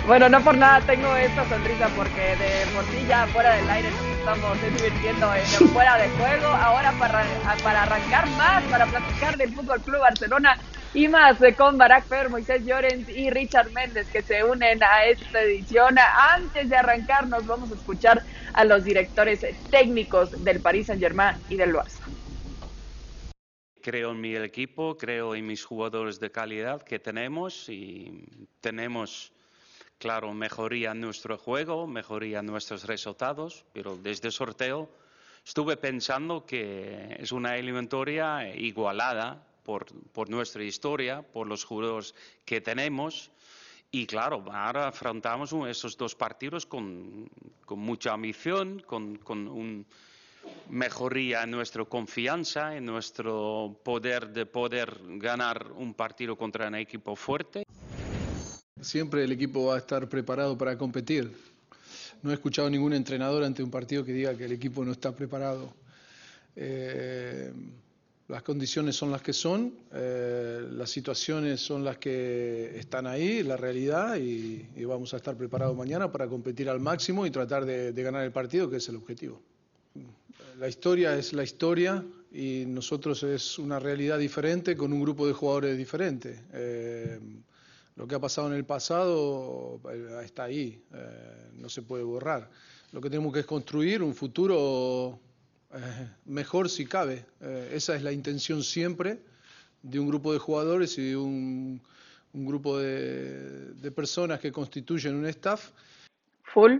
Bueno, no por nada tengo esta sonrisa porque de por sí ya fuera del aire nos estamos divirtiendo en fuera de juego. Ahora para arrancar más, para platicar del Fútbol Club Barcelona y más con Barak Fer, Moisés Llorens y Richard Méndez que se unen a esta edición. Antes de arrancar nos vamos a escuchar a los directores técnicos del Paris Saint-Germain y del Barça. Creo en mi equipo, creo en mis jugadores de calidad que tenemos y tenemos, claro, mejoría en nuestro juego, mejoría en nuestros resultados, pero desde el sorteo estuve pensando que es una eliminatoria igualada por nuestra historia, por los jugadores que tenemos. Y claro, ahora afrontamos esos dos partidos con mucha ambición, con un mejoría en nuestra confianza, en nuestro poder de poder ganar un partido contra un equipo fuerte. Siempre el equipo va a estar preparado para competir. No he escuchado ningún entrenador ante un partido que diga que el equipo no está preparado. Las condiciones son las que son, las situaciones son las que están ahí, la realidad, y vamos a estar preparados mañana para competir al máximo y tratar de ganar el partido, que es el objetivo. La historia es la historia y nosotros es una realidad diferente con un grupo de jugadores diferente. Lo que ha pasado en el pasado está ahí, no se puede borrar. Lo que tenemos que es construir un futuro mejor si cabe. Esa es la intención siempre de un grupo de jugadores y de un grupo de personas que constituyen un staff. Full.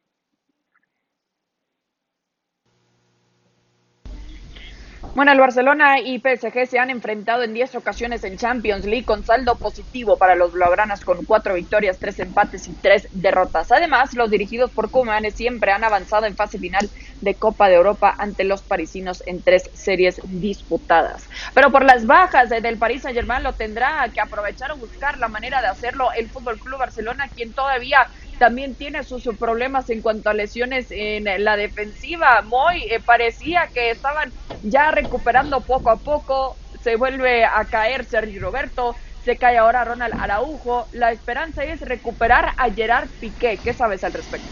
Bueno, el Barcelona y PSG se han enfrentado en 10 ocasiones en Champions League con saldo positivo para los blaugranas con 4 victorias, 3 empates y 3 derrotas. Además, los dirigidos por Koeman siempre han avanzado en fase final de Copa de Europa ante los parisinos en 3 series disputadas. Pero por las bajas del Paris Saint-Germain lo tendrá que aprovechar o buscar la manera de hacerlo el Fútbol Club Barcelona, quien todavía también tiene sus problemas en cuanto a lesiones en la defensiva. Parecía que estaban ya recuperando poco a poco, se vuelve a caer Sergi Roberto, se cae ahora Ronald Araujo. La esperanza es recuperar a Gerard Piqué. ¿Qué sabes al respecto?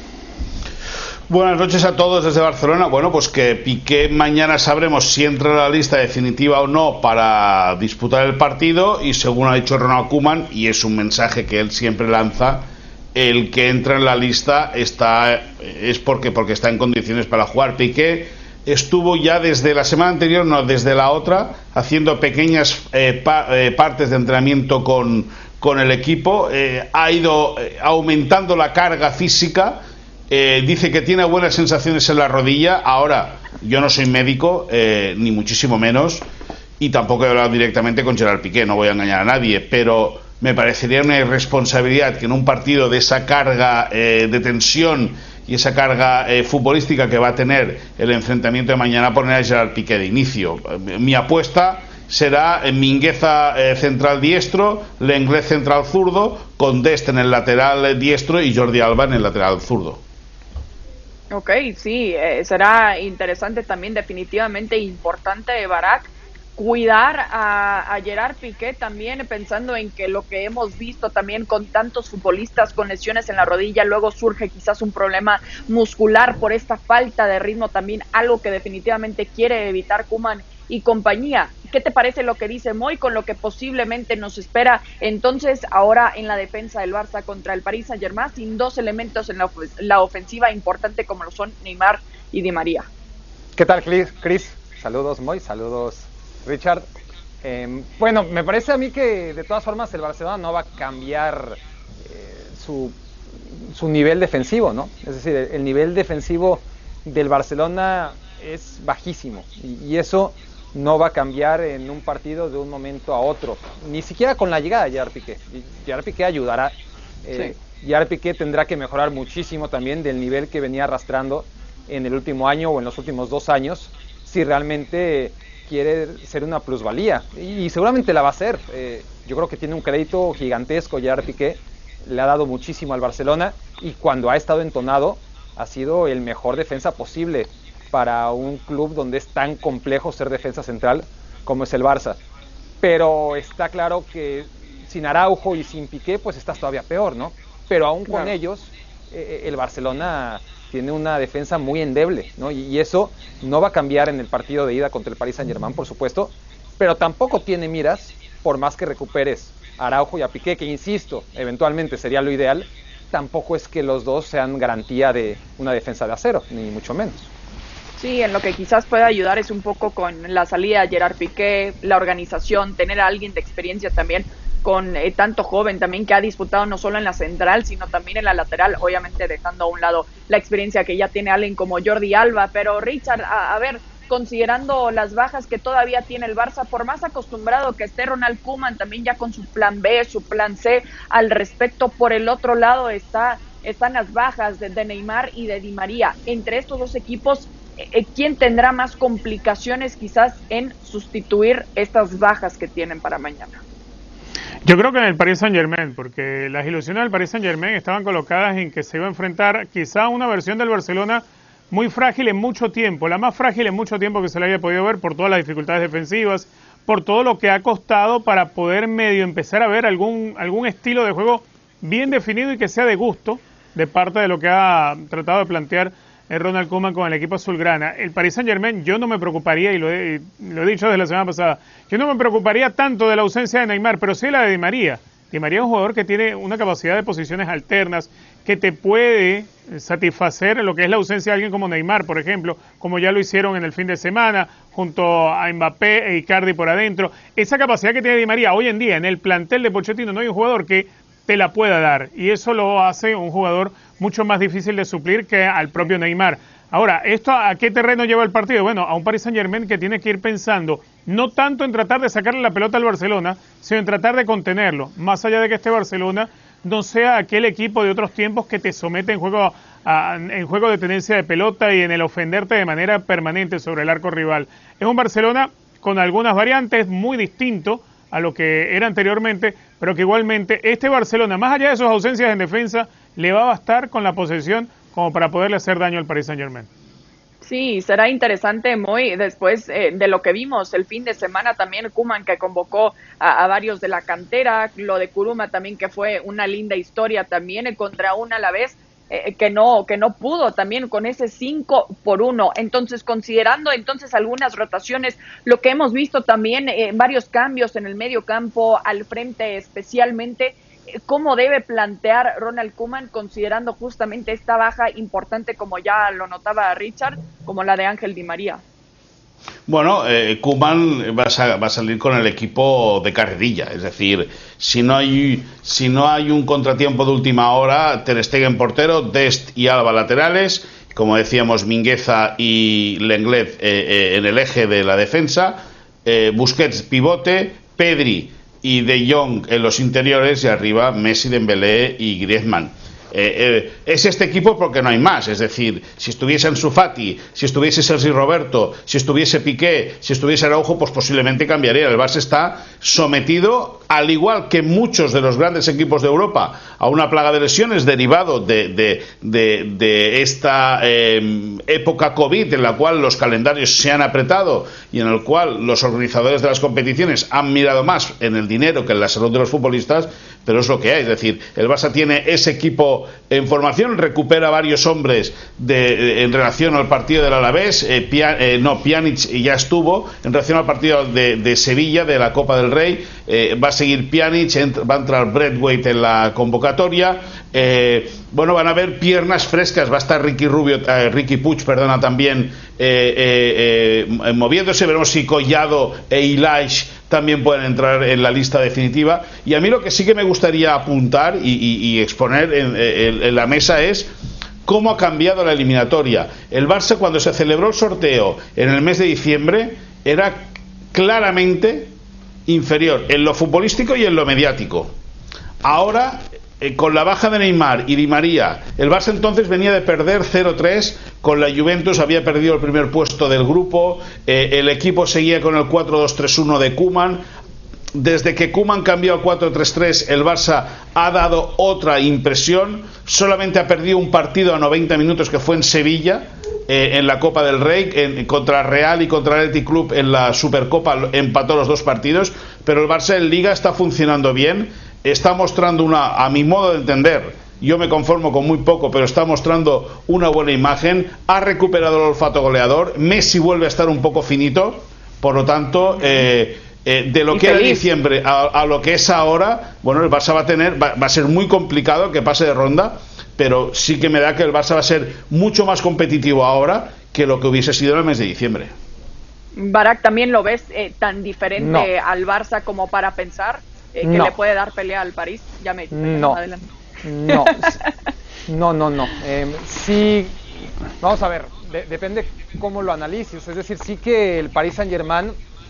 Buenas noches a todos desde Barcelona. Bueno, pues que Piqué mañana sabremos si entra en la lista definitiva o no para disputar el partido, y según ha dicho Ronald Koeman, y es un mensaje que él siempre lanza, el que entra en la lista es porque está en condiciones para jugar. Piqué estuvo ya desde la semana anterior, no, desde la otra, haciendo pequeñas partes de entrenamiento con el equipo. Ha ido aumentando la carga física. Dice que tiene buenas sensaciones en la rodilla. Ahora, yo no soy médico, ni muchísimo menos, y tampoco he hablado directamente con Gerard Piqué, no voy a engañar a nadie, pero me parecería una irresponsabilidad que en un partido de esa carga de tensión y esa carga futbolística que va a tener el enfrentamiento de mañana, poner a Gerard Piqué de inicio. Mi apuesta será Mingueza central diestro, Lenglet central zurdo, con Dest en el lateral diestro y Jordi Alba en el lateral zurdo. Ok, sí, será interesante también, definitivamente importante, Barak, cuidar a Gerard Piqué también, pensando en que lo que hemos visto también con tantos futbolistas con lesiones en la rodilla, luego surge quizás un problema muscular por esta falta de ritmo, también algo que definitivamente quiere evitar Koeman y compañía. ¿Qué te parece lo que dice Moy con lo que posiblemente nos espera entonces ahora en la defensa del Barça contra el Paris Saint-Germain, sin dos elementos en la ofensiva importante como lo son Neymar y Di María? ¿Qué tal, Chris? Saludos, Moy, saludos, Richard. Bueno, me parece a mí que de todas formas el Barcelona no va a cambiar su nivel defensivo, ¿no? Es decir, el nivel defensivo del Barcelona es bajísimo y eso no va a cambiar en un partido de un momento a otro, ni siquiera con la llegada de Gerard Piqué. Gerard Piqué ayudará. Sí. Gerard Piqué tendrá que mejorar muchísimo también del nivel que venía arrastrando en el último año o en los últimos 2 años, si realmente quiere ser una plusvalía, y seguramente la va a ser. Yo creo que tiene un crédito gigantesco Gerard Piqué, le ha dado muchísimo al Barcelona, y cuando ha estado entonado ha sido el mejor defensa posible para un club donde es tan complejo ser defensa central como es el Barça. Pero está claro que sin Araujo y sin Piqué pues estás todavía peor, ¿no? pero aún con ellos, el Barcelona tiene una defensa muy endeble, ¿no? Y eso no va a cambiar en el partido de ida contra el Paris Saint-Germain, por supuesto, pero tampoco tiene miras, por más que recuperes a Araujo y a Piqué, que insisto, eventualmente sería lo ideal, tampoco es que los dos sean garantía de una defensa de acero, ni mucho menos. Sí, en lo que quizás puede ayudar es un poco con la salida de Gerard Piqué, la organización, tener a alguien de experiencia también, con tanto joven también que ha disputado no solo en la central, sino también en la lateral, obviamente dejando a un lado la experiencia que ya tiene alguien como Jordi Alba. Pero Richard, a ver, considerando las bajas que todavía tiene el Barça, por más acostumbrado que esté Ronald Koeman, también ya con su plan B, su plan C al respecto, por el otro lado están las bajas de Neymar y de Di María. Entre estos dos equipos, ¿quién tendrá más complicaciones quizás en sustituir estas bajas que tienen para mañana? Yo creo que en el Paris Saint-Germain, porque las ilusiones del Paris Saint-Germain estaban colocadas en que se iba a enfrentar quizá una versión del Barcelona muy frágil en mucho tiempo, la más frágil en mucho tiempo que se le haya podido ver por todas las dificultades defensivas, por todo lo que ha costado para poder medio empezar a ver algún estilo de juego bien definido y que sea de gusto de parte de lo que ha tratado de plantear Ronald Koeman con el equipo azulgrana. El Paris Saint-Germain, yo no me preocuparía, y lo he dicho desde la semana pasada, yo no me preocuparía tanto de la ausencia de Neymar, pero sí la de Di María. Di María es un jugador que tiene una capacidad de posiciones alternas, que te puede satisfacer lo que es la ausencia de alguien como Neymar, por ejemplo, como ya lo hicieron en el fin de semana, junto a Mbappé e Icardi por adentro. Esa capacidad que tiene Di María hoy en día en el plantel de Pochettino, no hay un jugador que te la pueda dar, y eso lo hace un jugador mucho más difícil de suplir que al propio Neymar. Ahora, ¿esto a qué terreno lleva el partido? Bueno, a un Paris Saint-Germain que tiene que ir pensando no tanto en tratar de sacarle la pelota al Barcelona, sino en tratar de contenerlo, más allá de que este Barcelona no sea aquel equipo de otros tiempos que te somete en juego de tenencia de pelota y en el ofenderte de manera permanente sobre el arco rival. Es un Barcelona con algunas variantes, muy distinto a lo que era anteriormente, pero que igualmente este Barcelona, más allá de sus ausencias en defensa, le va a bastar con la posesión como para poderle hacer daño al Paris Saint-Germain. Sí, será interesante muy después de lo que vimos el fin de semana también, Koeman que convocó a varios de la cantera, lo de Kuruma también que fue una linda historia también contra un Alavés que no pudo también con ese 5-1. Entonces, considerando entonces algunas rotaciones, lo que hemos visto también, varios cambios en el medio campo, al frente especialmente, ¿cómo debe plantear Ronald Koeman considerando justamente esta baja importante, como ya lo notaba Richard, como la de Ángel Di María? Bueno, Koeman va a salir con el equipo de carrerilla, es decir, si no hay un contratiempo de última hora, Ter Stegen portero, Dest y Alba laterales, como decíamos, Mingueza y Lenglet en el eje de la defensa, Busquets pivote, Pedri y De Jong en los interiores, y arriba Messi, Dembélé y Griezmann. Es este equipo porque no hay más, es decir, si estuviese Ansu Fati, si estuviese Sergi Roberto, si estuviese Piqué, si estuviese Araujo, pues posiblemente cambiaría. El Barça está sometido, al igual que muchos de los grandes equipos de Europa, a una plaga de lesiones derivado de esta época COVID, en la cual los calendarios se han apretado y en el cual los organizadores de las competiciones han mirado más en el dinero que en la salud de los futbolistas, pero es lo que hay. Es decir, el Barça tiene ese equipo en formación, recupera varios hombres en relación al partido del Alavés, Pjanic ya estuvo, en relación al partido de Sevilla, de la Copa del Rey, va a seguir Pjanic, va a entrar Braithwaite en la convocatoria, van a haber piernas frescas, va a estar Riqui Puig también moviéndose, veremos si Collado e Ilaix también pueden entrar en la lista definitiva. Y a mí lo que sí que me gustaría apuntar y exponer en la mesa es cómo ha cambiado la eliminatoria. El Barça, cuando se celebró el sorteo en el mes de diciembre, era claramente inferior en lo futbolístico y en lo mediático. Ahora, con la baja de Neymar y Di María, el Barça entonces venía de perder 0-3 con la Juventus, había perdido el primer puesto del grupo, el equipo seguía con el 4-2-3-1 de Koeman. Desde que Koeman cambió al 4-3-3, el Barça ha dado otra impresión, solamente ha perdido un partido a 90 minutos que fue en Sevilla, en la Copa del Rey, contra Real y contra el Athletic Club en la Supercopa, empató los dos partidos, pero el Barça en Liga está funcionando bien, está mostrando a mi modo de entender, yo me conformo con muy poco, pero está mostrando una buena imagen, ha recuperado el olfato goleador, Messi vuelve a estar un poco finito, por lo tanto, de lo que era diciembre a lo que es ahora, bueno, el Barça va a ser muy complicado que pase de ronda, pero sí que me da que el Barça va a ser mucho más competitivo ahora que lo que hubiese sido en el mes de diciembre. Barak, ¿también lo ves tan diferente al Barça como para pensar que le puede dar pelea al París? Adelante. No. Sí, vamos a ver, depende cómo lo analices. Es decir, sí que el Paris Saint-Germain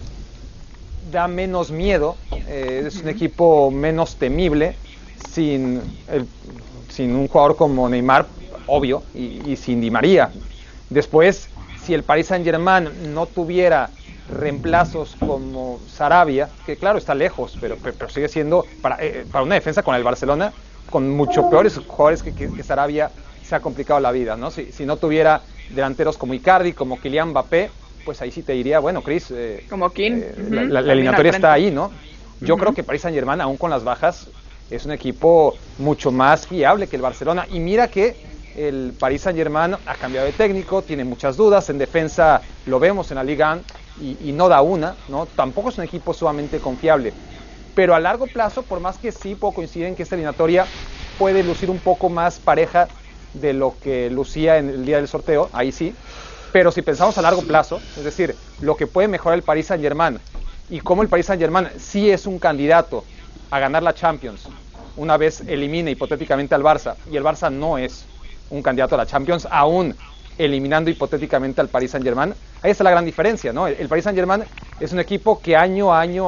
da menos miedo, es un equipo menos temible sin un jugador como Neymar, obvio, y sin Di María. Después, si el Paris Saint-Germain no tuviera reemplazos como Sarabia, que claro está lejos, pero sigue siendo para una defensa con el Barcelona, con mucho peores jugadores que Sarabia, se ha complicado la vida, ¿no? Si no tuviera delanteros como Icardi, como Kylian Mbappé, pues ahí sí te diría, bueno, Chris, como King, la eliminatoria está ahí, ¿no? Yo creo que Paris Saint-Germain, aún con las bajas, es un equipo mucho más fiable que el Barcelona. Y mira que el Paris Saint-Germain ha cambiado de técnico, tiene muchas dudas, en defensa lo vemos en la Liga 1 y no da una, ¿no? Tampoco es un equipo sumamente confiable. Pero a largo plazo, por más que sí puedo coincidir en que esta eliminatoria puede lucir un poco más pareja de lo que lucía en el día del sorteo, ahí sí. Pero si pensamos a largo plazo, es decir, lo que puede mejorar el Paris Saint-Germain y cómo el Paris Saint-Germain sí es un candidato a ganar la Champions una vez elimine hipotéticamente al Barça, y el Barça no es un candidato a la Champions, aún eliminando hipotéticamente al Paris Saint-Germain, ahí está la gran diferencia, ¿no? El Paris Saint-Germain es un equipo que año a año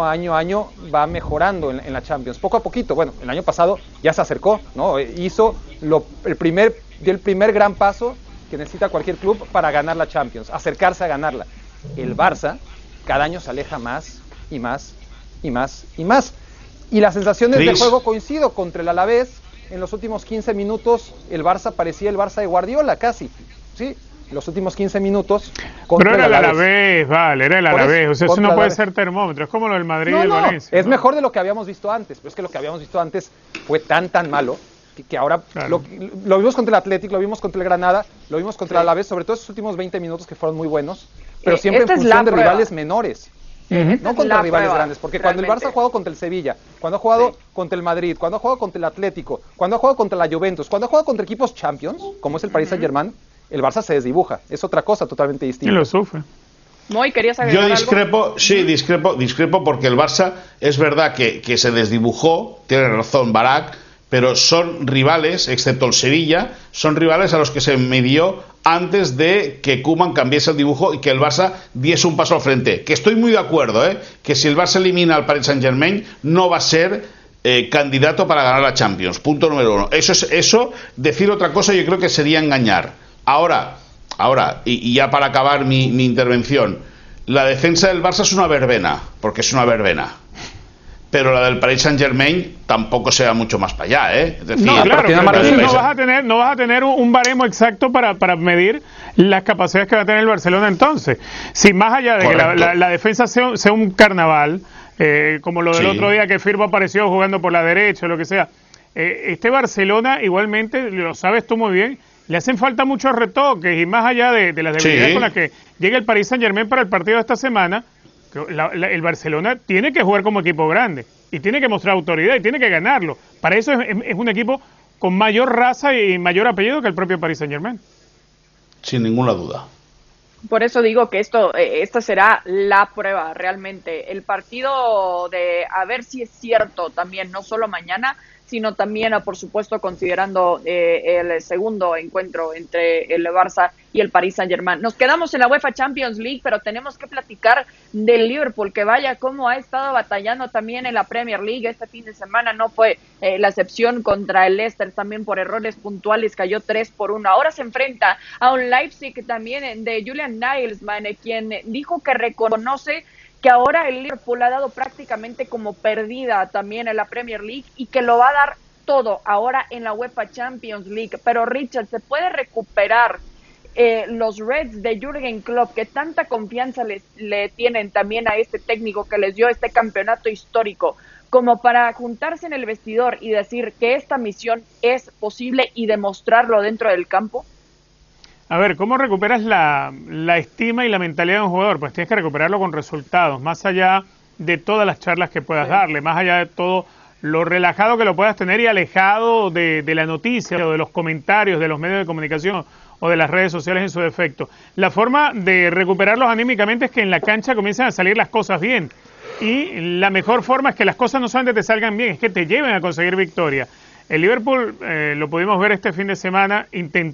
va mejorando en la Champions, poco a poquito. Bueno, el año pasado ya se acercó, ¿no? Hizo el primer gran paso que necesita cualquier club para ganar la Champions, acercarse a ganarla. El Barça cada año se aleja más y más y más y más. Y las sensaciones de juego coincido contra el Alavés. En los últimos 15 minutos el Barça parecía el Barça de Guardiola casi, ¿sí? Los últimos 15 minutos contra pero era el Alavés, vale, era el Alavés. O sea, eso no puede ser termómetro, es como lo del Madrid y el Valencia. Es mejor de lo que habíamos visto antes, pero es que lo que habíamos visto antes fue tan malo que ahora claro. Lo vimos contra el Atlético, lo vimos contra el Granada, lo vimos contra el Alavés, sobre todo esos últimos 20 minutos que fueron muy buenos, pero siempre en función de rivales menores. No contra rivales grandes, porque cuando el Barça ha jugado contra el Sevilla, cuando ha jugado contra el Madrid, cuando ha jugado contra el Atlético, cuando ha jugado contra la Juventus, cuando ha jugado contra equipos Champions, como es el Paris Saint-Germain, el Barça se desdibuja, es otra cosa totalmente distinta. Y lo sufre. Moy, ¿querías agregar algo? Discrepo porque el Barça es verdad que se desdibujó, tiene razón Barak, pero son rivales, excepto el Sevilla, son rivales a los que se midió antes de que Koeman cambiase el dibujo y que el Barça diese un paso al frente. Que estoy muy de acuerdo, que si el Barça elimina al Paris Saint-Germain no va a ser candidato para ganar la Champions. Punto número 1. Eso, decir otra cosa yo creo que sería engañar. Ahora, y ya para acabar mi intervención, la defensa del Barça es una verbena, porque es una verbena. Pero la del Paris Saint-Germain tampoco se va mucho más para allá, ¿eh? Es decir, no, claro, no vas a tener un baremo exacto para medir las capacidades que va a tener el Barcelona entonces. Si más allá de correcto, que la defensa sea un carnaval, como lo del otro día que Firpo apareció jugando por la derecha o lo que sea, este Barcelona igualmente, lo sabes tú muy bien, le hacen falta muchos retoques y más allá de las debilidades con las que llega el Paris Saint-Germain para el partido de esta semana, el Barcelona tiene que jugar como equipo grande y tiene que mostrar autoridad y tiene que ganarlo. Para eso es un equipo con mayor raza y mayor apellido que el propio Paris Saint-Germain. Sin ninguna duda. Por eso digo que esta será la prueba realmente. El partido de a ver si es cierto también, no solo mañana, sino también, por supuesto, considerando el segundo encuentro entre el Barça y el Paris Saint-Germain. Nos quedamos en la UEFA Champions League, pero tenemos que platicar del Liverpool, que vaya cómo ha estado batallando también en la Premier League. Este fin de semana no fue la excepción contra el Leicester, también por errores puntuales, cayó 3-1. Ahora se enfrenta a un Leipzig también de Julian Nagelsmann, quien dijo que reconoce que ahora el Liverpool ha dado prácticamente como perdida también en la Premier League y que lo va a dar todo ahora en la UEFA Champions League. Pero Richard, ¿se puede recuperar los Reds de Jürgen Klopp, que tanta confianza le tienen también a este técnico que les dio este campeonato histórico? como para juntarse en el vestidor y decir que esta misión es posible y demostrarlo dentro del campo? A ver, ¿cómo recuperas la estima y la mentalidad de un jugador? Pues tienes que recuperarlo con resultados, más allá de todas las charlas que puedas darle, más allá de todo lo relajado que lo puedas tener y alejado de la noticia o de los comentarios de los medios de comunicación o de las redes sociales en su defecto. La forma de recuperarlos anímicamente es que en la cancha comiencen a salir las cosas bien. Y la mejor forma es que las cosas no solamente te salgan bien, es que te lleven a conseguir victoria. El Liverpool, lo pudimos ver este fin de semana,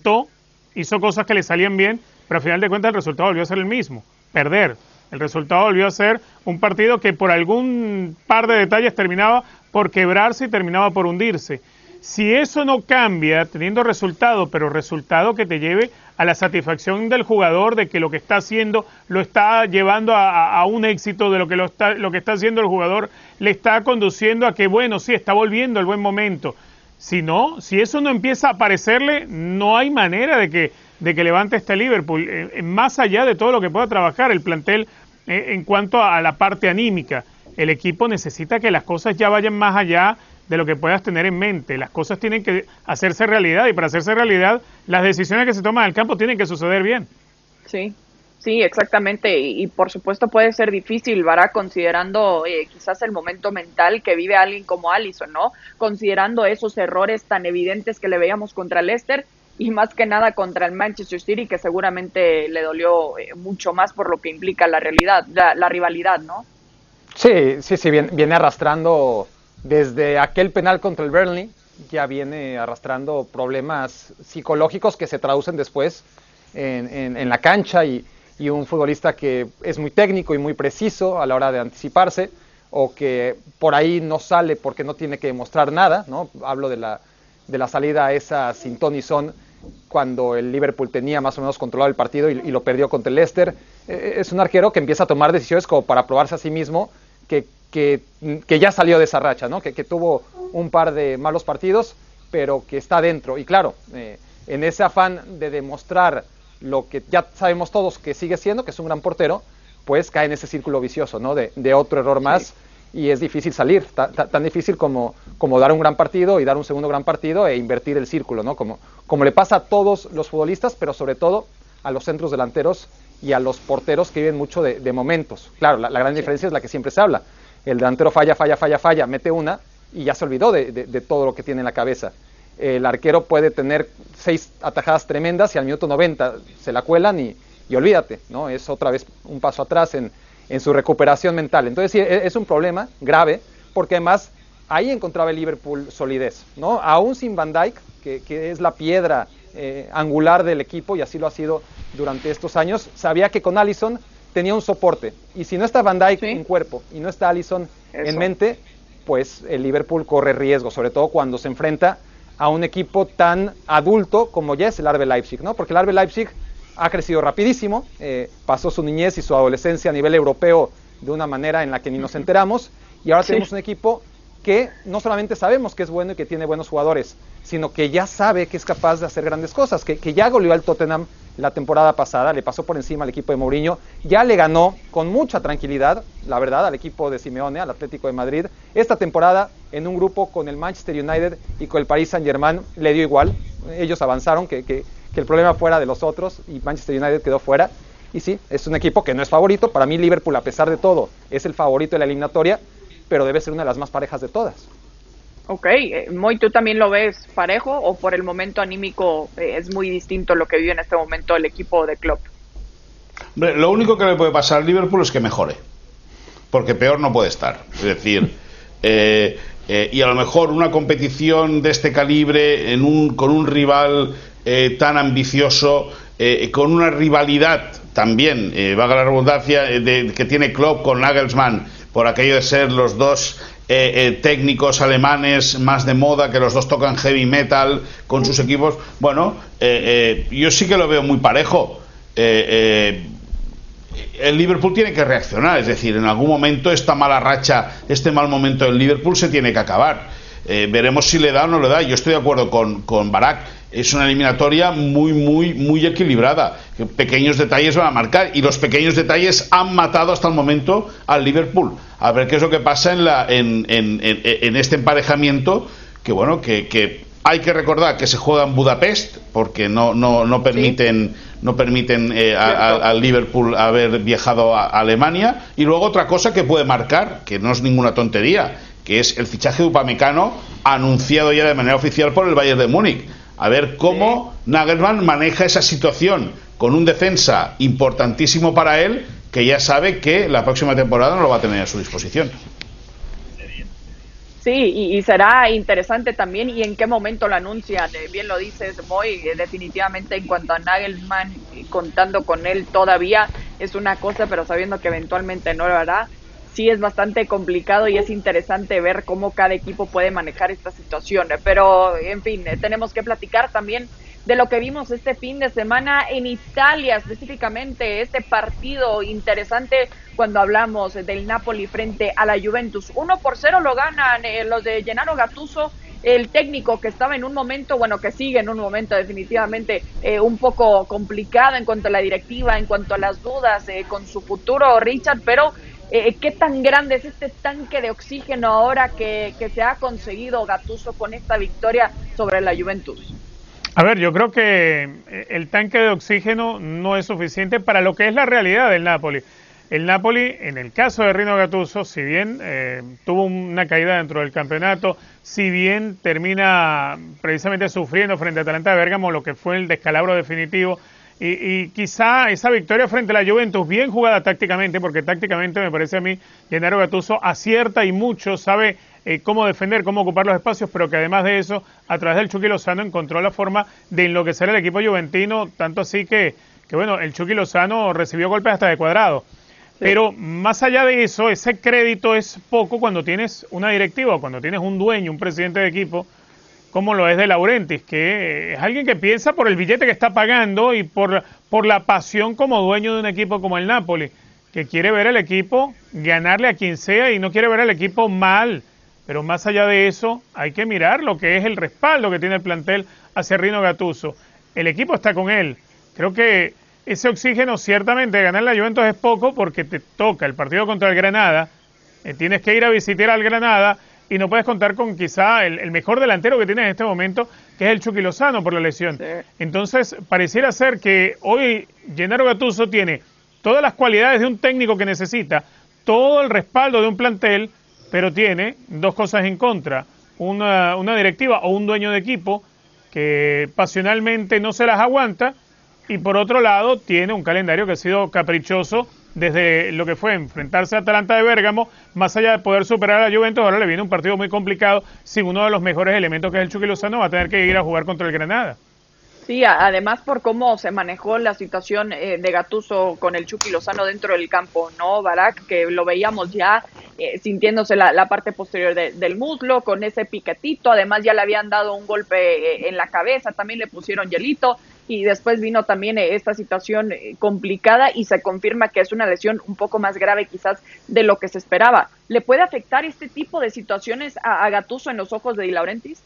hizo cosas que le salían bien, pero al final de cuentas el resultado volvió a ser el mismo, perder. El resultado volvió a ser un partido que por algún par de detalles terminaba por quebrarse y terminaba por hundirse. Si eso no cambia, teniendo resultado, pero resultado que te lleve a la satisfacción del jugador de que lo que está haciendo lo está llevando a un éxito, de lo que está haciendo el jugador le está conduciendo a que, bueno, sí, está volviendo el buen momento. Si eso no empieza a aparecerle, no hay manera de que levante este Liverpool, más allá de todo lo que pueda trabajar el plantel en cuanto a la parte anímica. El equipo necesita que las cosas ya vayan más allá de lo que puedas tener en mente. Las cosas tienen que hacerse realidad, y para hacerse realidad, las decisiones que se toman al campo tienen que suceder bien. Sí, exactamente, y por supuesto puede ser difícil, Barak, considerando quizás el momento mental que vive alguien como Alisson, ¿no? Considerando esos errores tan evidentes que le veíamos contra el Leicester, y más que nada contra el Manchester City, que seguramente le dolió mucho más por lo que implica la realidad, la rivalidad, ¿no? Sí, viene arrastrando desde aquel penal contra el Burnley, ya viene arrastrando problemas psicológicos que se traducen después en la cancha, y un futbolista que es muy técnico y muy preciso a la hora de anticiparse, o que por ahí no sale porque no tiene que demostrar nada, ¿no? Hablo de la salida esa sin ton ni son, cuando el Liverpool tenía más o menos controlado el partido y lo perdió contra el Leicester. Es un arquero que empieza a tomar decisiones como para probarse a sí mismo que ya salió de esa racha, ¿no? Que tuvo un par de malos partidos, pero que está dentro. Y claro, en ese afán de demostrar lo que ya sabemos todos que sigue siendo, que es un gran portero, pues cae en ese círculo vicioso, ¿no? De otro error más. Sí. Y es difícil salir, tan difícil como dar un gran partido y dar un segundo gran partido e invertir el círculo, ¿no? Como le pasa a todos los futbolistas, pero sobre todo a los centros delanteros y a los porteros que viven mucho de momentos. Claro, la gran diferencia es la que siempre se habla. El delantero falla, mete una y ya se olvidó de todo lo que tiene en la cabeza. El arquero puede tener 6 atajadas tremendas y al minuto 90 se la cuelan y olvídate, ¿no? Es otra vez un paso atrás en su recuperación mental. Entonces sí, es un problema grave, porque además ahí encontraba el Liverpool solidez, ¿no? Aún sin Van Dijk, que es la piedra angular del equipo, y así lo ha sido durante estos años, sabía que con Alisson tenía un soporte, y si no está Van Dijk en cuerpo y no está Alisson en mente, pues el Liverpool corre riesgo, sobre todo cuando se enfrenta a un equipo tan adulto como ya es el RB Leipzig, ¿no? Porque el RB Leipzig ha crecido rapidísimo, pasó su niñez y su adolescencia a nivel europeo de una manera en la que ni nos enteramos, y ahora tenemos un equipo que no solamente sabemos que es bueno y que tiene buenos jugadores, sino que ya sabe que es capaz de hacer grandes cosas, que ya goleó al Tottenham la temporada pasada, le pasó por encima al equipo de Mourinho, ya le ganó con mucha tranquilidad, la verdad, al equipo de Simeone, al Atlético de Madrid. Esta temporada, en un grupo con el Manchester United y con el Paris Saint-Germain, le dio igual, ellos avanzaron, que el problema fuera de los otros, y Manchester United quedó fuera. Y sí, es un equipo que no es favorito. Para mí Liverpool, a pesar de todo, es el favorito de la eliminatoria, pero debe ser una de las más parejas de todas. Ok, Moy, ¿tú también lo ves parejo, o por el momento anímico es muy distinto lo que vive en este momento el equipo de Klopp? Hombre, lo único que le puede pasar al Liverpool es que mejore, porque peor no puede estar. Es decir, y a lo mejor una competición de este calibre con un rival tan ambicioso, con una rivalidad también, valga la redundancia, que tiene Klopp con Nagelsmann, por aquello de ser los dos técnicos alemanes más de moda, que los dos tocan heavy metal con sus equipos. Bueno, yo sí que lo veo muy parejo. El Liverpool tiene que reaccionar, es decir, en algún momento esta mala racha, este mal momento del Liverpool se tiene que acabar. Veremos si le da o no le da. Yo estoy de acuerdo con Barak. es una eliminatoria muy equilibrada. Pequeños detalles van a marcar, y los pequeños detalles han matado hasta el momento al Liverpool. A ver qué es lo que pasa en este emparejamiento, que bueno, que hay que recordar que se juega en Budapest, porque no permiten al Liverpool haber viajado a Alemania. Y luego otra cosa que puede marcar, que no es ninguna tontería, que es el fichaje de Upamecano, anunciado ya de manera oficial por el Bayern de Múnich. A ver cómo Nagelsmann maneja esa situación con un defensa importantísimo para él, que ya sabe que la próxima temporada no lo va a tener a su disposición. Sí, y será interesante también y en qué momento lo anuncian. Bien lo dices, Moy, definitivamente en cuanto a Nagelsmann, contando con él todavía es una cosa, pero sabiendo que eventualmente no lo hará, sí es bastante complicado y es interesante ver cómo cada equipo puede manejar esta situación. Pero, en fin, tenemos que platicar también de lo que vimos este fin de semana en Italia, específicamente este partido interesante cuando hablamos del Napoli frente a la Juventus. 1-0 lo ganan los de Gennaro Gattuso, el técnico que estaba en un momento, bueno, que sigue en un momento definitivamente un poco complicado en cuanto a la directiva, en cuanto a las dudas con su futuro, Richard, pero ¿qué tan grande es este tanque de oxígeno ahora que se ha conseguido Gattuso con esta victoria sobre la Juventus? A ver, yo creo que el tanque de oxígeno no es suficiente para lo que es la realidad del Napoli. El Napoli, en el caso de Rino Gattuso, si bien tuvo una caída dentro del campeonato, si bien termina precisamente sufriendo frente a Atalanta de Bérgamo lo que fue el descalabro definitivo, y quizá esa victoria frente a la Juventus, bien jugada tácticamente, porque tácticamente me parece a mí, Gennaro Gattuso acierta y mucho, sabe cómo defender, cómo ocupar los espacios, pero que además de eso, a través del Chucky Lozano encontró la forma de enloquecer al equipo juventino, tanto así que bueno, el Chucky Lozano recibió golpes hasta de Cuadrado. Pero más allá de eso, ese crédito es poco cuando tienes una directiva, cuando tienes un dueño, un presidente de equipo, como lo es De Laurentiis, que es alguien que piensa por el billete que está pagando y por la pasión como dueño de un equipo como el Napoli, que quiere ver al equipo ganarle a quien sea y no quiere ver al equipo mal. Pero más allá de eso, hay que mirar lo que es el respaldo que tiene el plantel hacia Rino Gattuso. El equipo está con él. Creo que ese oxígeno, ciertamente, ganar la Juventus es poco porque te toca el partido contra el Granada, tienes que ir a visitar al Granada y no puedes contar con quizá el mejor delantero que tienes en este momento, que es el Chucky Lozano por la lesión. Sí. Entonces, pareciera ser que hoy Gennaro Gattuso tiene todas las cualidades de un técnico que necesita, todo el respaldo de un plantel, pero tiene dos cosas en contra: una directiva o un dueño de equipo que pasionalmente no se las aguanta, y por otro lado tiene un calendario que ha sido caprichoso desde lo que fue enfrentarse a Atalanta de Bérgamo, más allá de poder superar a la Juventus. Ahora le viene un partido muy complicado, sin uno de los mejores elementos que es el Chucky Lozano, va a tener que ir a jugar contra el Granada. Sí, además por cómo se manejó la situación de Gattuso con el Chucky Lozano dentro del campo, ¿no, Barak? Que lo veíamos ya sintiéndose la parte posterior del muslo, con ese piquetito, además ya le habían dado un golpe en la cabeza, también le pusieron hielito, y después vino también esta situación complicada y se confirma que es una lesión un poco más grave quizás de lo que se esperaba. ¿Le puede afectar este tipo de situaciones a Gattuso en los ojos de Di Laurentiis?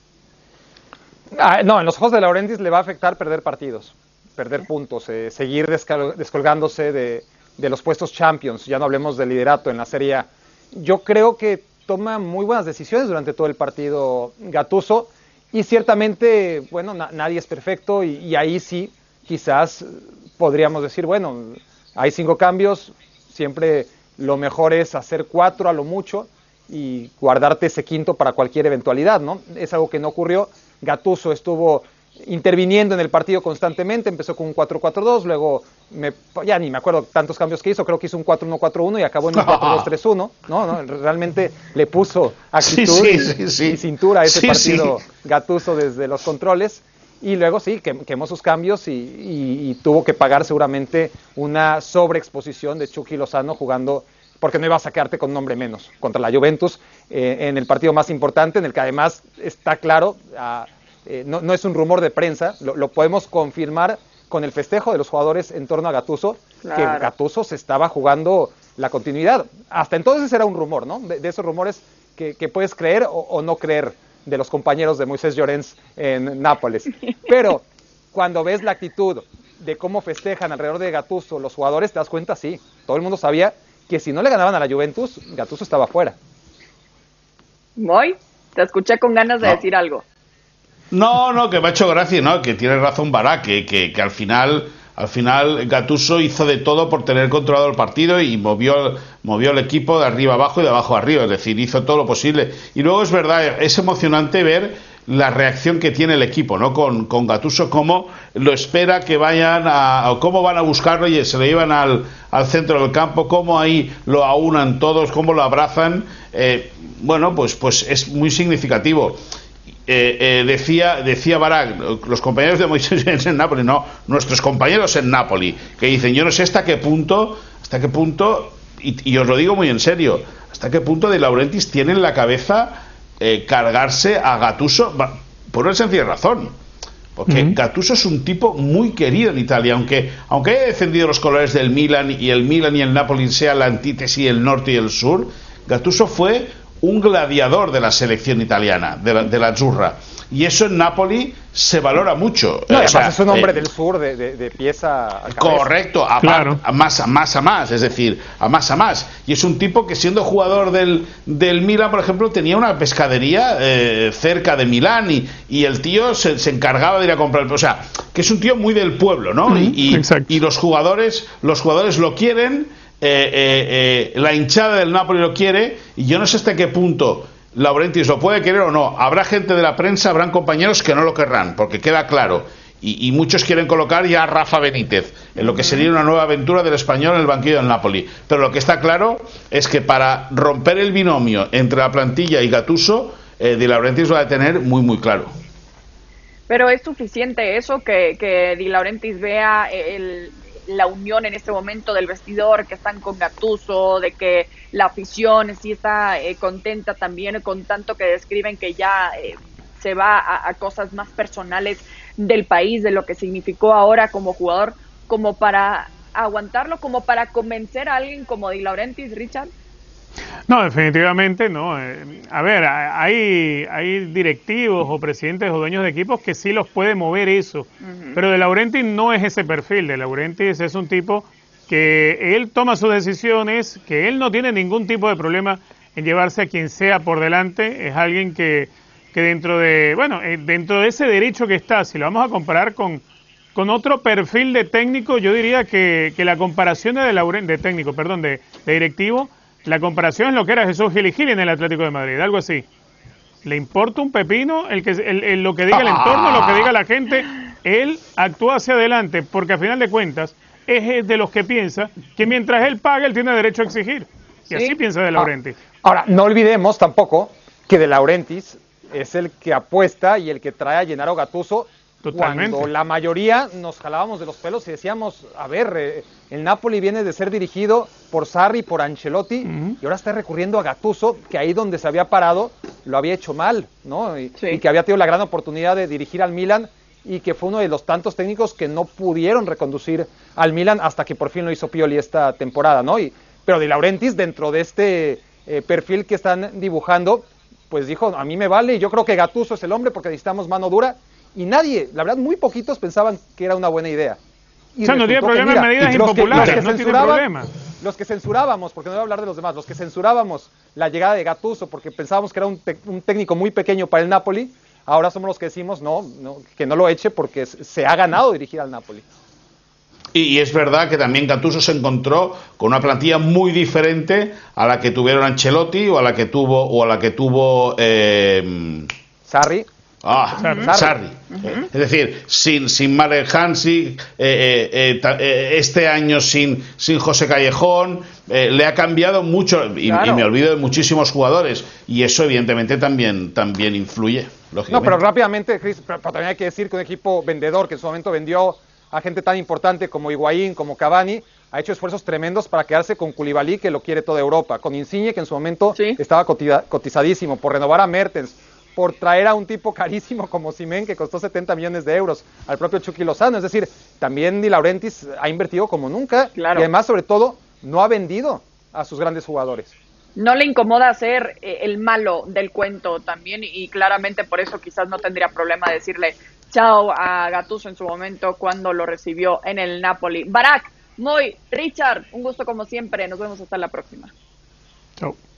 No, en los ojos de Laurentiis le va a afectar perder partidos, perder puntos, seguir descolgándose de los puestos Champions, ya no hablemos de liderato en la Serie A. Yo creo que toma muy buenas decisiones durante todo el partido Gattuso, y ciertamente, bueno, nadie es perfecto, y ahí sí, quizás podríamos decir, bueno, hay 5 cambios, siempre lo mejor es hacer 4 a lo mucho y guardarte ese quinto para cualquier eventualidad, ¿no? Es algo que no ocurrió. Gattuso estuvo interviniendo en el partido constantemente, empezó con un 4-4-2, luego ya ni me acuerdo tantos cambios que hizo, creo que hizo un 4-1-4-1 y acabó en un 4-2-3-1, ¿no? Realmente le puso actitud y cintura a ese partido Gattuso desde los controles, y luego sí, quemó sus cambios y tuvo que pagar seguramente una sobreexposición de Chucky Lozano jugando, porque no ibas a quedarte con un hombre menos contra la Juventus en el partido más importante, en el que además está claro, no es un rumor de prensa, lo podemos confirmar con el festejo de los jugadores en torno a Gattuso, claro, que Gattuso se estaba jugando la continuidad. Hasta entonces era un rumor, ¿no? De esos rumores que puedes creer o no creer. de los compañeros de Moisés Llorens en Nápoles. Pero cuando ves la actitud de cómo festejan alrededor de Gattuso los jugadores, te das cuenta, sí, todo el mundo sabía que si no le ganaban a la Juventus, Gattuso estaba fuera. Moy, te escuché con ganas de decir algo. No, que me ha hecho gracia, ¿no? Que tiene razón Barak, que al final Gattuso hizo de todo por tener controlado el partido y movió el equipo de arriba abajo y de abajo arriba, es decir, hizo todo lo posible. Y luego es verdad, es emocionante ver la reacción que tiene el equipo, ¿no? Con Gattuso, cómo lo espera que vayan o cómo van a buscarlo y se lo llevan al centro del campo, cómo ahí lo aunan todos, cómo lo abrazan. Bueno, pues es muy significativo. Decía Barak, los compañeros de Moisés en Nápoles, no, nuestros compañeros en Nápoles, que dicen, yo no sé hasta qué punto, y os lo digo muy en serio, hasta qué punto De Laurentiis tiene en la cabeza cargarse a Gattuso, por una sencilla razón, porque Gattuso es un tipo muy querido en Italia, aunque haya defendido los colores del Milan y el Napoli sea la antítesis del norte y el sur, Gattuso fue un gladiador de la selección italiana, de la Azzurra, y eso en Napoli se valora mucho. No, además es un hombre del sur de pieza a cabeza. Correcto, claro. a más, es decir, a más. Y es un tipo que siendo jugador del Milan, por ejemplo, tenía una pescadería cerca de Milán y el tío se encargaba de ir a comprar, o sea, que es un tío muy del pueblo, ¿no? Y los jugadores lo quieren. La hinchada del Napoli lo quiere y yo no sé hasta qué punto Laurentiis lo puede querer o no. Habrá gente de la prensa, habrán compañeros que no lo querrán, porque queda claro, y muchos quieren colocar ya a Rafa Benítez en lo que sería una nueva aventura del español en el banquillo del Napoli, pero lo que está claro es que para romper el binomio entre la plantilla y Gattuso, De Laurentiis lo va a tener muy muy claro. Pero es suficiente eso, que De Laurentiis vea la unión en este momento del vestidor, que están con Gattuso, de que la afición sí está contenta también, con tanto que describen que ya se va a cosas más personales del país, de lo que significó ahora como jugador, como para aguantarlo, como para convencer a alguien como De Laurentiis, Richard. No, definitivamente no. A ver, hay directivos o presidentes o dueños de equipos que sí los puede mover eso, pero De Laurentiis no es ese perfil. De Laurentiis es un tipo que él toma sus decisiones, que él no tiene ningún tipo de problema en llevarse a quien sea por delante. Es alguien que dentro de ese derecho que está, si lo vamos a comparar con otro perfil de técnico, yo diría que la comparación de directivo, la comparación es lo que era Jesús Gil y Gil en el Atlético de Madrid, algo así. Le importa un pepino lo que diga el entorno, lo que diga la gente. Él actúa hacia adelante porque a final de cuentas es de los que piensa que mientras él pague, él tiene derecho a exigir. Y así piensa De Laurentiis. Ahora, no olvidemos tampoco que De Laurentiis es el que apuesta y el que trae a Gennaro Gattuso. Totalmente. Cuando la mayoría nos jalábamos de los pelos y decíamos, a ver, el Napoli viene de ser dirigido por Sarri, por Ancelotti, y ahora está recurriendo a Gattuso, que ahí donde se había parado lo había hecho mal, ¿no? Y que había tenido la gran oportunidad de dirigir al Milan y que fue uno de los tantos técnicos que no pudieron reconducir al Milan hasta que por fin lo hizo Pioli esta temporada, ¿no? Pero De Laurentiis, dentro de este perfil que están dibujando, pues dijo, a mí me vale, y yo creo que Gattuso es el hombre porque necesitamos mano dura. Y nadie, la verdad, muy poquitos pensaban que era una buena idea. Y o sea, no tiene problema en medidas impopulares, no tiene problema. Los que censurábamos, porque no voy a hablar de los demás, los que censurábamos la llegada de Gattuso porque pensábamos que era un técnico muy pequeño para el Napoli, ahora somos los que decimos que no lo eche porque se ha ganado dirigir al Napoli. Y es verdad que también Gattuso se encontró con una plantilla muy diferente a la que tuvieron Ancelotti o a la que tuvo Sarri. Sarri. Es decir, sin Marek Hamsik, este año sin José Callejón, le ha cambiado mucho y me olvido de muchísimos jugadores y eso evidentemente también influye, lógicamente. No, pero rápidamente, Chris, pero también hay que decir que un equipo vendedor que en su momento vendió a gente tan importante como Higuaín, como Cavani, ha hecho esfuerzos tremendos para quedarse con Koulibaly, que lo quiere toda Europa, con Insigne, que en su momento estaba cotizadísimo, por renovar a Mertens, por traer a un tipo carísimo como Osimhen, que costó 70 millones de euros, al propio Chucky Lozano. Es decir, también De Laurentiis ha invertido como nunca, y además, sobre todo, no ha vendido a sus grandes jugadores. no le incomoda ser el malo del cuento también, y claramente por eso quizás no tendría problema decirle chao a Gattuso en su momento cuando lo recibió en el Napoli. Barak, Moy, Richard, un gusto como siempre, nos vemos hasta la próxima. Chao.